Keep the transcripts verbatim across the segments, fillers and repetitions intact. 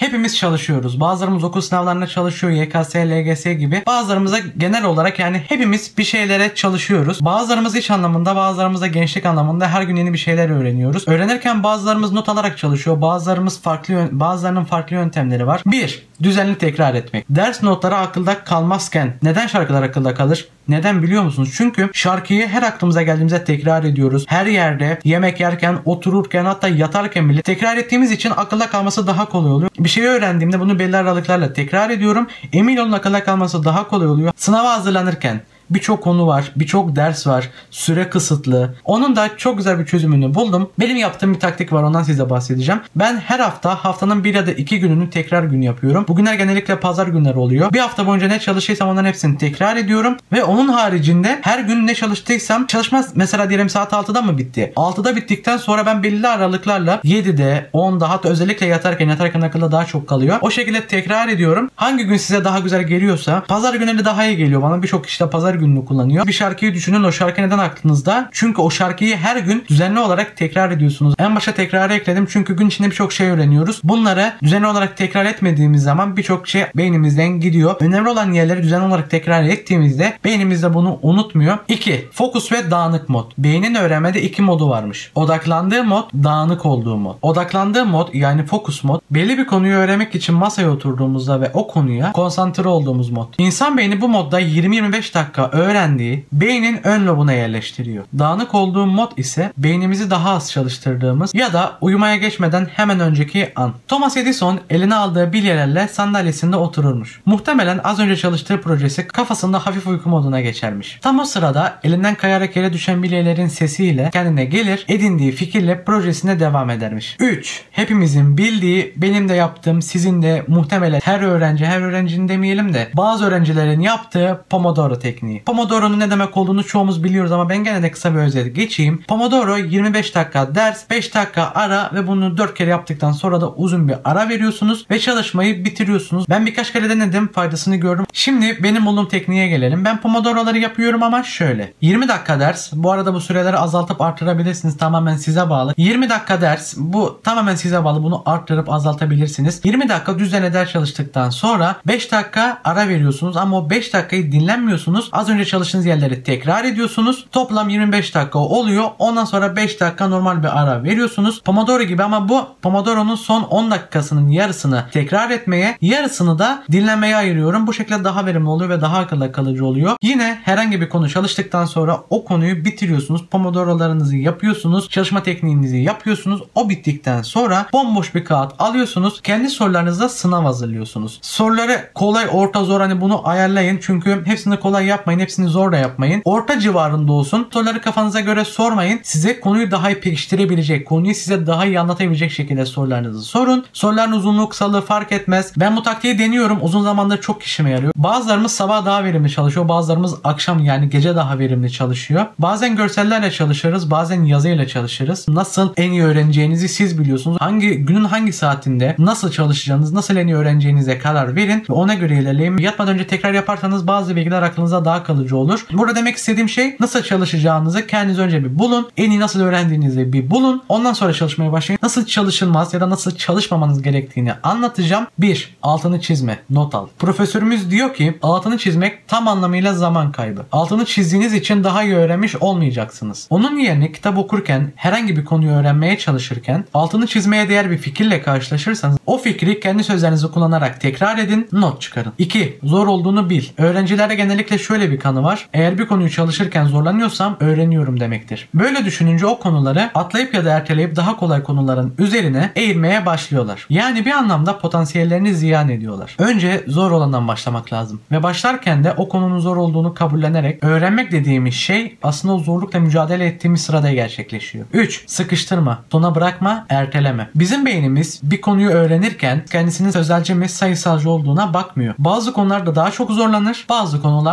hepimiz çalışıyoruz. Bazılarımız okul sınavlarına çalışıyor, Y K S, L G S gibi. Bazılarımız da genel olarak yani hepimiz bir şeylere çalışıyoruz. Bazılarımız iş anlamında, bazılarımız da gençlik anlamında her gün yeni bir şeyler öğreniyoruz. Öğrenirken bazılarımız not alarak çalışıyor. Bazılarımız farklı, bazılarının farklı yöntemleri var. bir. Düzenli tekrar etmek. Ders notları akılda kalmazken neden şarkılar akılda kalır? Neden biliyor musunuz? Çünkü şarkıyı her aklımıza geldiğimizde tekrar ediyoruz. Her yerde, yemek yerken, otururken, hatta yatarken bile tekrar ettiğimiz için akılda kalması daha kolay oluyor. Bir şeyi öğrendiğimde bunu belli aralıklarla tekrar ediyorum. Emin olun akılda kalması daha kolay oluyor. Sınava hazırlanırken birçok konu var, birçok ders var, süre kısıtlı. Onun da çok güzel bir çözümünü buldum. Benim yaptığım bir taktik var, ondan size bahsedeceğim. Ben her hafta haftanın bir ya da iki gününü tekrar gün yapıyorum. Bu günler genellikle pazar günleri oluyor. Bir hafta boyunca ne çalıştıysam onların hepsini tekrar ediyorum. Ve onun haricinde her gün ne çalıştıysam çalışma mesela diyelim saat altıda mı bitti? altıda bittikten sonra ben belli aralıklarla yedide, onda hatta özellikle yatarken yatarken akılda daha çok kalıyor. O şekilde tekrar ediyorum. Hangi gün size daha güzel geliyorsa pazar günleri daha iyi geliyor bana. Birçok kişi de pazar gününü kullanıyor. Bir şarkıyı düşünün, o şarkı neden aklınızda? Çünkü o şarkıyı her gün düzenli olarak tekrar ediyorsunuz. En başa tekrarı ekledim çünkü gün içinde birçok şey öğreniyoruz. Bunları düzenli olarak tekrar etmediğimiz zaman birçok şey beynimizden gidiyor. Önemli olan yerleri düzenli olarak tekrar ettiğimizde beynimiz de bunu unutmuyor. iki. Fokus ve dağınık mod. Beynin öğrenmede iki modu varmış. Odaklandığı mod, dağınık olduğu mod. Odaklandığı mod yani fokus mod belli bir konuyu öğrenmek için masaya oturduğumuzda ve o konuya konsantre olduğumuz mod. İnsan beyni bu modda yirmi yirmi beş dakika öğrendiği beynin ön lobuna yerleştiriyor. Dağınık olduğu mod ise beynimizi daha az çalıştırdığımız ya da uyumaya geçmeden hemen önceki an. Thomas Edison eline aldığı bilyelerle sandalyesinde otururmuş. Muhtemelen az önce çalıştığı projesi kafasında hafif uyku moduna geçermiş. Tam o sırada elinden kayarak yere düşen bilyelerin sesiyle kendine gelir, edindiği fikirle projesine devam edermiş. üç. Hepimizin bildiği, benim de yaptığım, sizin de muhtemelen her öğrenci, her öğrencinin demeyelim de bazı öğrencilerin yaptığı Pomodoro tekniği. Pomodoro'nun ne demek olduğunu çoğumuz biliyoruz ama ben gene de kısa bir özet geçeyim. Pomodoro yirmi beş dakika ders, beş dakika ara ve bunu dört kere yaptıktan sonra da uzun bir ara veriyorsunuz ve çalışmayı bitiriyorsunuz. Ben birkaç kere denedim, faydasını gördüm. Şimdi benim bulduğum tekniğe gelelim. Ben Pomodoro'ları yapıyorum ama şöyle. yirmi dakika ders. Bu arada bu süreleri azaltıp artırabilirsiniz. Tamamen size bağlı. yirmi dakika ders. Bu tamamen size bağlı. Bunu arttırıp azaltabilirsiniz. yirmi dakika düzenli ders çalıştıktan sonra beş dakika ara veriyorsunuz ama o beş dakikayı dinlenmiyorsunuz. Az önce çalıştığınız yerleri tekrar ediyorsunuz. Toplam yirmi beş dakika oluyor. Ondan sonra beş dakika normal bir ara veriyorsunuz. Pomodoro gibi ama bu Pomodoro'nun son on dakikasının yarısını tekrar etmeye, yarısını da dinlenmeye ayırıyorum. Bu şekilde daha verimli oluyor ve daha akılda kalıcı oluyor. Yine herhangi bir konu çalıştıktan sonra o konuyu bitiriyorsunuz. Pomodoro'larınızı yapıyorsunuz. Çalışma tekniğinizi yapıyorsunuz. O bittikten sonra bomboş bir kağıt alıyorsunuz. Kendi sorularınızda sınav hazırlıyorsunuz. Soruları kolay, orta, zor hani bunu ayarlayın. Çünkü hepsini kolay yapmayın. Hepsini zor da yapmayın. Orta civarında olsun. Soruları kafanıza göre sormayın. Size konuyu daha iyi pekiştirebilecek, konuyu size daha iyi anlatabilecek şekilde sorularınızı sorun. Soruların uzunluğu, kısalığı fark etmez. Ben bu taktiği deniyorum. Uzun zamandır çok işime yarıyor. Bazılarımız sabah daha verimli çalışıyor. Bazılarımız akşam yani gece daha verimli çalışıyor. Bazen görsellerle çalışırız. Bazen yazıyla çalışırız. Nasıl en iyi öğreneceğinizi siz biliyorsunuz. Hangi günün hangi saatinde nasıl çalışacağınız, nasıl en iyi öğreneceğinize karar verin ve ona göre ilerleyin. Yatmadan önce tekrar yaparsanız bazı bilgiler aklınıza daha kalıcı olur. Burada demek istediğim şey nasıl çalışacağınızı kendiniz önce bir bulun. En iyi nasıl öğrendiğinizi bir bulun. Ondan sonra çalışmaya başlayın. Nasıl çalışılmaz ya da nasıl çalışmamanız gerektiğini anlatacağım. bir. Altını çizme. Not al. Profesörümüz diyor ki altını çizmek tam anlamıyla zaman kaybı. Altını çizdiğiniz için daha iyi öğrenmiş olmayacaksınız. Onun yerine kitap okurken, herhangi bir konuyu öğrenmeye çalışırken altını çizmeye değer bir fikirle karşılaşırsanız o fikri kendi sözlerinizi kullanarak tekrar edin, not çıkarın. iki. Zor olduğunu bil. Öğrencilerde genellikle şöyle bir kanı var. Eğer bir konuyu çalışırken zorlanıyorsam öğreniyorum demektir. Böyle düşününce o konuları atlayıp ya da erteleyip daha kolay konuların üzerine eğilmeye başlıyorlar. Yani bir anlamda potansiyellerini ziyan ediyorlar. Önce zor olandan başlamak lazım. Ve başlarken de o konunun zor olduğunu kabullenerek öğrenmek dediğimiz şey aslında o zorlukla mücadele ettiğimiz sırada gerçekleşiyor. üç. Sıkıştırma. Sona bırakma, erteleme. Bizim beynimiz bir konuyu öğrenirken kendisinin sözelci mi sayısalcı olduğuna bakmıyor. Bazı konularda daha çok zorlanır, bazı konularda daha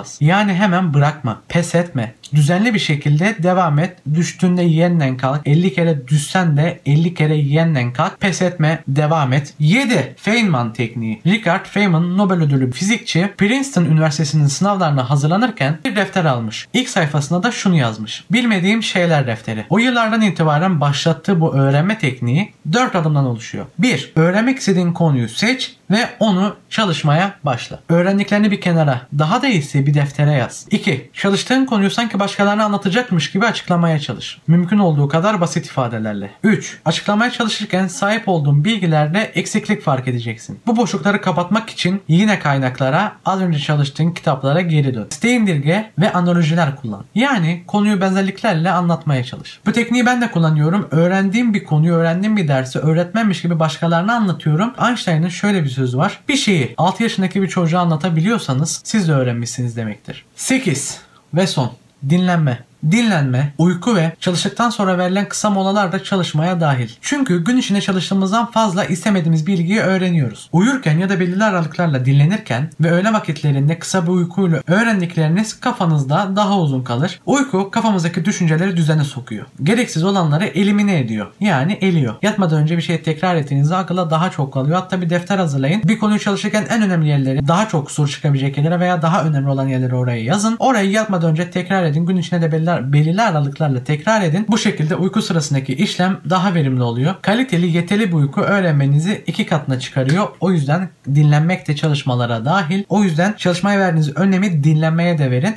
az. Yani hemen bırakma, pes etme. Düzenli bir şekilde devam et. Düştüğünde yeniden kalk. elli kere düşsen de elli kere yeniden kalk. Pes etme, devam et. yedi. Feynman tekniği. Richard Feynman Nobel ödüllü fizikçi Princeton Üniversitesi'nin sınavlarına hazırlanırken bir defter almış. İlk sayfasında da şunu yazmış: Bilmediğim şeyler defteri. O yıllardan itibaren başlattığı bu öğrenme tekniği dört adımdan oluşuyor. bir. Öğrenmek istediğin konuyu seç ve onu çalışmaya başla. Öğrendiklerini bir kenara, daha da iyisi bir deftere yaz. iki. Çalıştığın konuyu sanki başkalarına anlatacakmış gibi açıklamaya çalış. Mümkün olduğu kadar basit ifadelerle. üç. Açıklamaya çalışırken sahip olduğun bilgilerde eksiklik fark edeceksin. Bu boşlukları kapatmak için yine kaynaklara, az önce çalıştığın kitaplara geri dön. Site indirge ve analojiler kullan. Yani konuyu benzerliklerle anlatmaya çalış. Bu tekniği ben de kullanıyorum. Öğrendiğim bir konuyu, öğrendiğim bir dersi öğretmenmiş gibi başkalarına anlatıyorum. Einstein'ın şöyle bir sözü var: bir şeyi altı yaşındaki bir çocuğa anlatabiliyorsanız siz de öğrenmişsiniz demektir. sekiz. Ve son. Dinlenme. Dinlenme, uyku ve çalıştıktan sonra verilen kısa molalar da çalışmaya dahil. Çünkü gün içinde çalıştığımızdan fazla istemediğimiz bilgiyi öğreniyoruz. Uyurken ya da belirli aralıklarla dinlenirken ve öğle vakitlerinde kısa bir uykuyla öğrendikleriniz kafanızda daha uzun kalır. Uyku kafamızdaki düşünceleri düzene sokuyor. Gereksiz olanları elimine ediyor. Yani eliyor. Yatmadan önce bir şey tekrar ettiğinizde akılla daha çok kalıyor. Hatta bir defter hazırlayın. Bir konuyu çalışırken en önemli yerleri, daha çok soru çıkabilecek yerlere veya daha önemli olan yerleri oraya yazın. Orayı yatmadan önce tekrar edin. Gün içinde de belirli belirli aralıklarla tekrar edin. Bu şekilde uyku sırasındaki işlem daha verimli oluyor. Kaliteli, yeteli bir uyku öğrenmenizi iki katına çıkarıyor. O yüzden dinlenmek de çalışmalara dahil. O yüzden çalışmaya verdiğiniz önemi dinlenmeye de verin.